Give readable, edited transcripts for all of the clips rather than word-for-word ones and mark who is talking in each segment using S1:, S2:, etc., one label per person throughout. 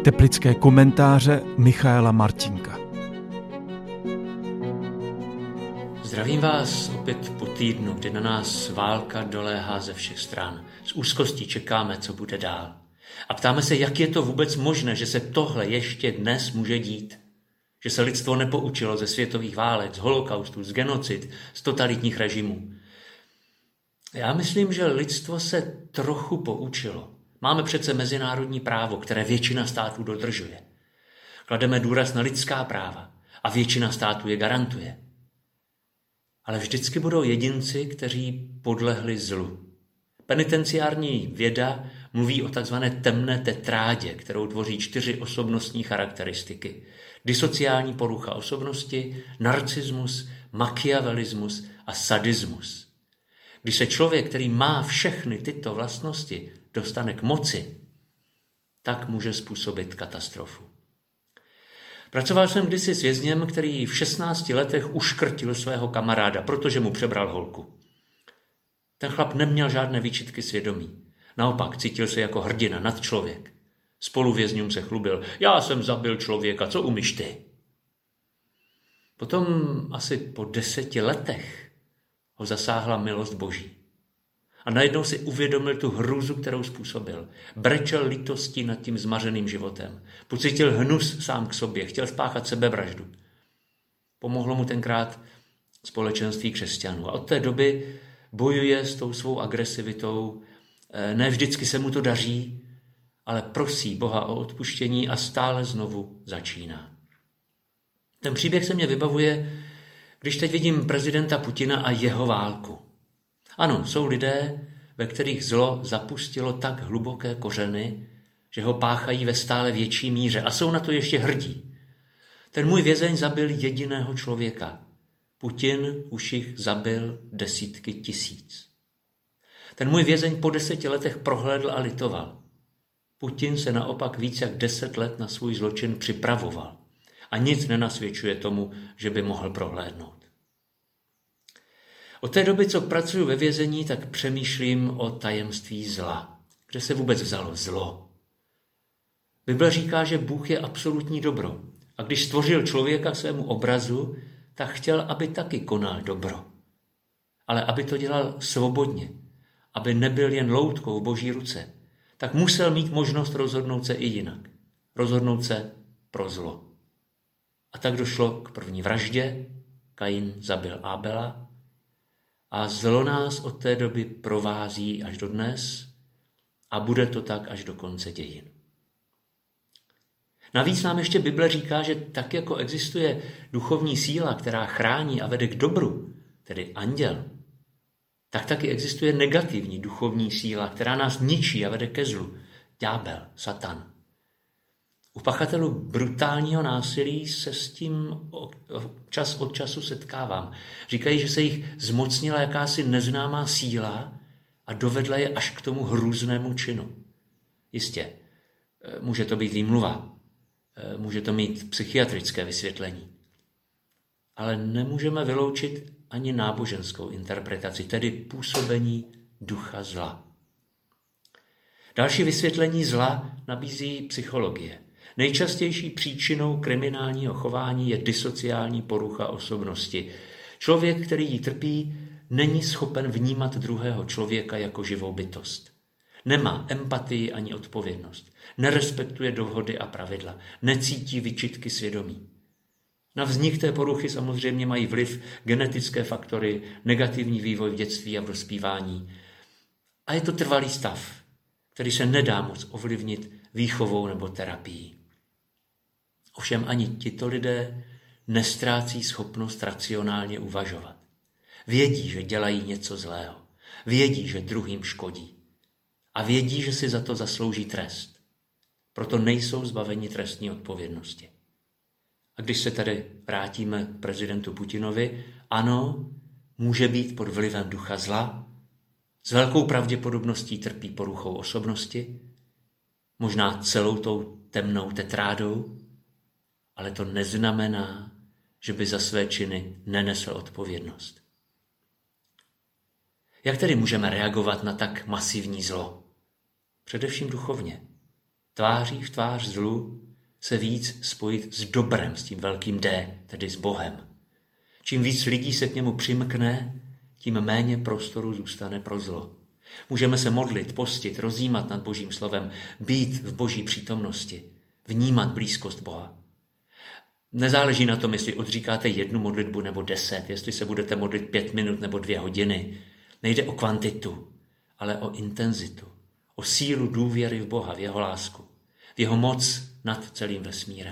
S1: Teplické komentáře Michaela Martinka.
S2: Zdravím vás opět po týdnu, kdy na nás válka doléhá ze všech stran. S úzkostí čekáme, co bude dál. A ptáme se, jak je to vůbec možné, že se tohle ještě dnes může dít. Že se lidstvo nepoučilo ze světových válek, z holokaustů, z genocid, z totalitních režimů. Já myslím, že lidstvo se trochu poučilo. Máme přece mezinárodní právo, které většina států dodržuje. Klademe důraz na lidská práva a většina států je garantuje. Ale vždycky budou jedinci, kteří podlehli zlu. Penitenciární věda mluví o takzvané temné tetrádě, kterou tvoří 4 osobnostní charakteristiky. Disociální porucha osobnosti, narcismus, machiavelismus a sadismus. Když se člověk, který má všechny tyto vlastnosti, dostane k moci, tak může způsobit katastrofu. Pracoval jsem kdysi s vězněm, který v 16 letech uškrtil svého kamaráda, protože mu přebral holku. Ten chlap neměl žádné výčitky svědomí. Naopak cítil se jako hrdina, nadčlověk. Spoluvězňům se chlubil. Já jsem zabil člověka, co umíš ty? Potom asi po 10 letech ho zasáhla milost Boží. A najednou si uvědomil tu hrůzu, kterou způsobil. Brečel lítostí nad tím zmařeným životem. Pocítil hnus sám k sobě, chtěl spáchat sebevraždu. Pomohlo mu tenkrát společenství křesťanů. A od té doby bojuje s tou svou agresivitou. Ne vždycky se mu to daří, ale prosí Boha o odpuštění a stále znovu začíná. Ten příběh se mě vybavuje, když teď vidím prezidenta Putina a jeho válku. Ano, jsou lidé, ve kterých zlo zapustilo tak hluboké kořeny, že ho páchají ve stále větší míře a jsou na to ještě hrdí. Ten můj vězeň zabil jediného člověka. Putin už jich zabil desítky tisíc. Ten můj vězeň po 10 letech prohlédl a litoval. Putin se naopak víc jak 10 let na svůj zločin připravoval a nic nenasvědčuje tomu, že by mohl prohlédnout. Od té doby, co pracuji ve vězení, tak přemýšlím o tajemství zla. Kde se vůbec vzalo zlo? Bible říká, že Bůh je absolutní dobro. A když stvořil člověka svému obrazu, tak chtěl, aby taky konal dobro. Ale aby to dělal svobodně, aby nebyl jen loutkou v Boží ruce, tak musel mít možnost rozhodnout se i jinak. Rozhodnout se pro zlo. A tak došlo k první vraždě. Kain zabil Ábela. A zlo nás od té doby provází až do dnes a bude to tak až do konce dějin. Navíc nám ještě Bible říká, že tak jako existuje duchovní síla, která chrání a vede k dobru, tedy anděl, tak taky existuje negativní duchovní síla, která nás ničí a vede ke zlu, ďábel, satan. U pachatelů brutálního násilí se s tím čas od času setkávám. Říkají, že se jich zmocnila jakási neznámá síla a dovedla je až k tomu hrůznému činu. Jistě, může to být výmluva, může to mít psychiatrické vysvětlení. Ale nemůžeme vyloučit ani náboženskou interpretaci, tedy působení ducha zla. Další vysvětlení zla nabízí psychologie. Nejčastější příčinou kriminálního chování je disociální porucha osobnosti. Člověk, který ji trpí, není schopen vnímat druhého člověka jako živou bytost. Nemá empatii ani odpovědnost. Nerespektuje dohody a pravidla. Necítí výčitky svědomí. Na vznik té poruchy samozřejmě mají vliv genetické faktory, negativní vývoj v dětství a v dospívání. A je to trvalý stav, který se nedá moc ovlivnit výchovou nebo terapií. Ovšem ani tito lidé nestrácí schopnost racionálně uvažovat. Vědí, že dělají něco zlého. Vědí, že druhým škodí. A vědí, že si za to zaslouží trest. Proto nejsou zbaveni trestní odpovědnosti. A když se tady vrátíme k prezidentu Putinovi, ano, může být pod vlivem ducha zla, s velkou pravděpodobností trpí poruchou osobnosti, možná celou tou temnou tetrádou, ale to neznamená, že by za své činy nenesl odpovědnost. Jak tedy můžeme reagovat na tak masivní zlo? Především duchovně. tváří v tvář zlu se víc spojit s dobrem, s tím velkým D, tedy s Bohem. Čím víc lidí se k němu přimkne, tím méně prostoru zůstane pro zlo. Můžeme se modlit, postit, rozjímat nad Božím slovem, být v Boží přítomnosti, vnímat blízkost Boha. Nezáleží na tom, jestli odříkáte 1 modlitbu nebo 10, jestli se budete modlit 5 minut nebo 2 hodiny. Nejde o kvantitu, ale o intenzitu, o sílu důvěry v Boha, v jeho lásku, v jeho moc nad celým vesmírem.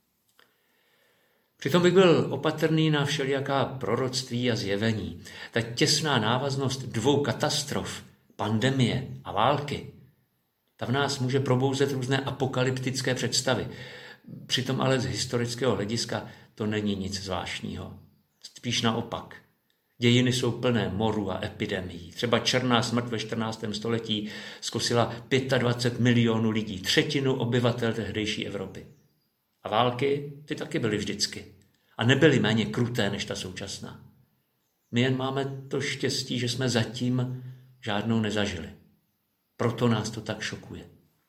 S2: Přitom bych byl opatrný na všelijaká proroctví a zjevení. Ta těsná návaznost 2 katastrof, pandemie a války, ta v nás může probouzet různé apokalyptické představy. Přitom ale z historického hlediska to není nic zvláštního. Spíš naopak. Dějiny jsou plné morů a epidemií. Třeba černá smrt ve 14. století zkosila 25 milionů lidí, 1/3 obyvatel tehdejší Evropy. A války, ty taky byly vždycky. A nebyly méně kruté než ta současná. My jen máme to štěstí, že jsme zatím žádnou nezažili. Proto nás to tak šokuje.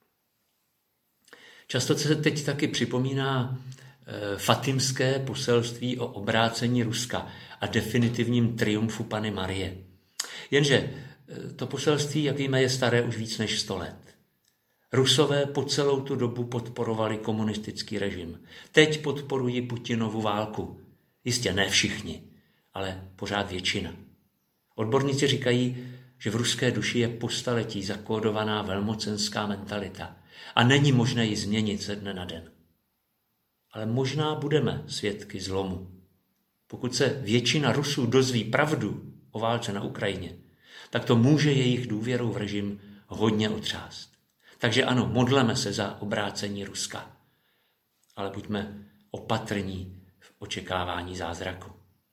S2: Často se teď taky připomíná fatimské poselství o obrácení Ruska a definitivním triumfu Panny Marie. Jenže to poselství, jak víme, je staré už víc než 100 let. Rusové po celou tu dobu podporovali komunistický režim. Teď podporují Putinovu válku. Jistě ne všichni, ale pořád většina. Odborníci říkají, že v ruské duši je po staletí zakódovaná velmocenská mentalita a není možné ji změnit ze dne na den. Ale možná budeme svědky zlomu. Pokud se většina Rusů dozví pravdu o válce na Ukrajině, tak to může jejich důvěrou v režim hodně otřást. Takže ano, modleme se za obrácení Ruska, ale buďme opatrní v očekávání zázraku.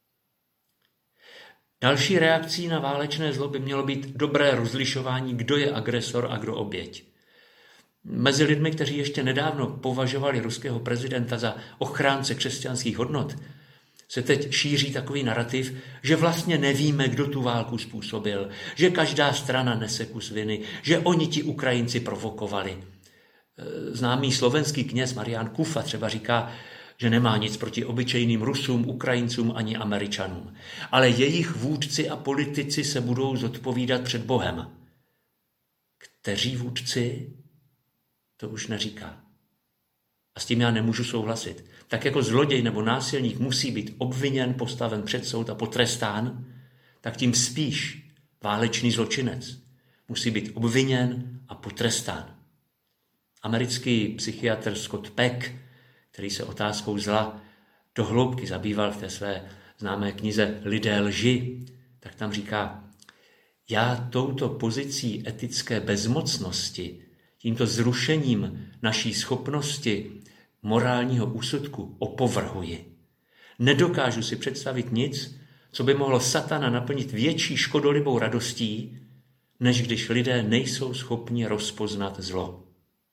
S2: Další reakcí na válečné zlo by mělo být dobré rozlišování, kdo je agresor a kdo oběť. Mezi lidmi, kteří ještě nedávno považovali ruského prezidenta za ochránce křesťanských hodnot, se teď šíří takový narrativ, že vlastně nevíme, kdo tu válku způsobil, že každá strana nese kus viny, že oni ti Ukrajinci provokovali. Známý slovenský kněz Marián Kufa třeba říká, že nemá nic proti obyčejným Rusům, Ukrajincům ani Američanům, ale jejich vůdci a politici se budou zodpovídat před Bohem. Kteří vůdci? To už neříká. A s tím já nemůžu souhlasit. Tak jako zloděj nebo násilník musí být obviněn, postaven před soud a potrestán, tak tím spíš válečný zločinec musí být obviněn a potrestán. Americký psychiatr Scott Peck, který se otázkou zla do hloubky zabýval v té své známé knize Lidé lži, tak tam říká, já touto pozicí etické bezmocnosti, tímto zrušením naší schopnosti morálního úsudku opovrhuji. Nedokážu si představit nic, co by mohlo satana naplnit větší škodolibou radostí, než když lidé nejsou schopni rozpoznat zlo.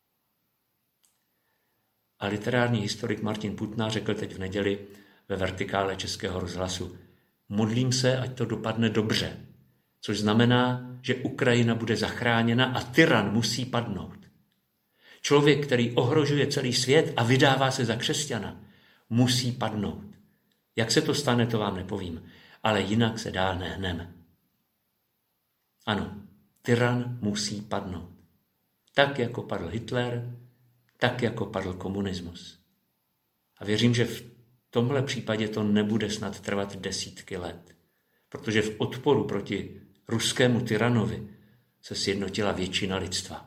S2: A literární historik Martin Putna řekl teď v neděli ve Vertikále Českého rozhlasu, modlím se, ať to dopadne dobře, což znamená, že Ukrajina bude zachráněna a tyran musí padnout. Člověk, který ohrožuje celý svět a vydává se za křesťana, musí padnout. Jak se to stane, to vám nepovím, ale jinak se dál nehneme. Ano, tyran musí padnout. Tak, jako padl Hitler, tak, jako padl komunismus. A věřím, že v tomhle případě to nebude snad trvat desítky let, protože v odporu proti ruskému tyranovi se sjednotila většina lidstva.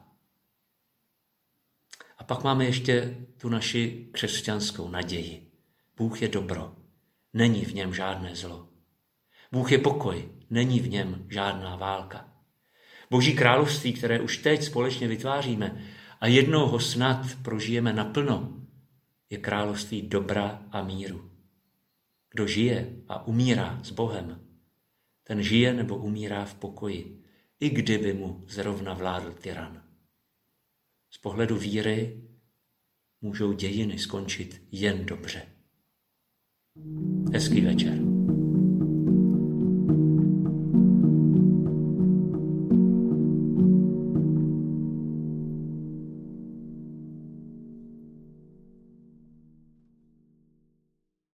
S2: A pak máme ještě tu naši křesťanskou naději. Bůh je dobro, není v něm žádné zlo. Bůh je pokoj, není v něm žádná válka. Boží království, které už teď společně vytváříme a jednou ho snad prožijeme naplno, je království dobra a míru. Kdo žije a umírá s Bohem, ten žije nebo umírá v pokoji, i kdyby mu zrovna vládl tyran. Z pohledu víry můžou dějiny skončit jen dobře. Hezký večer.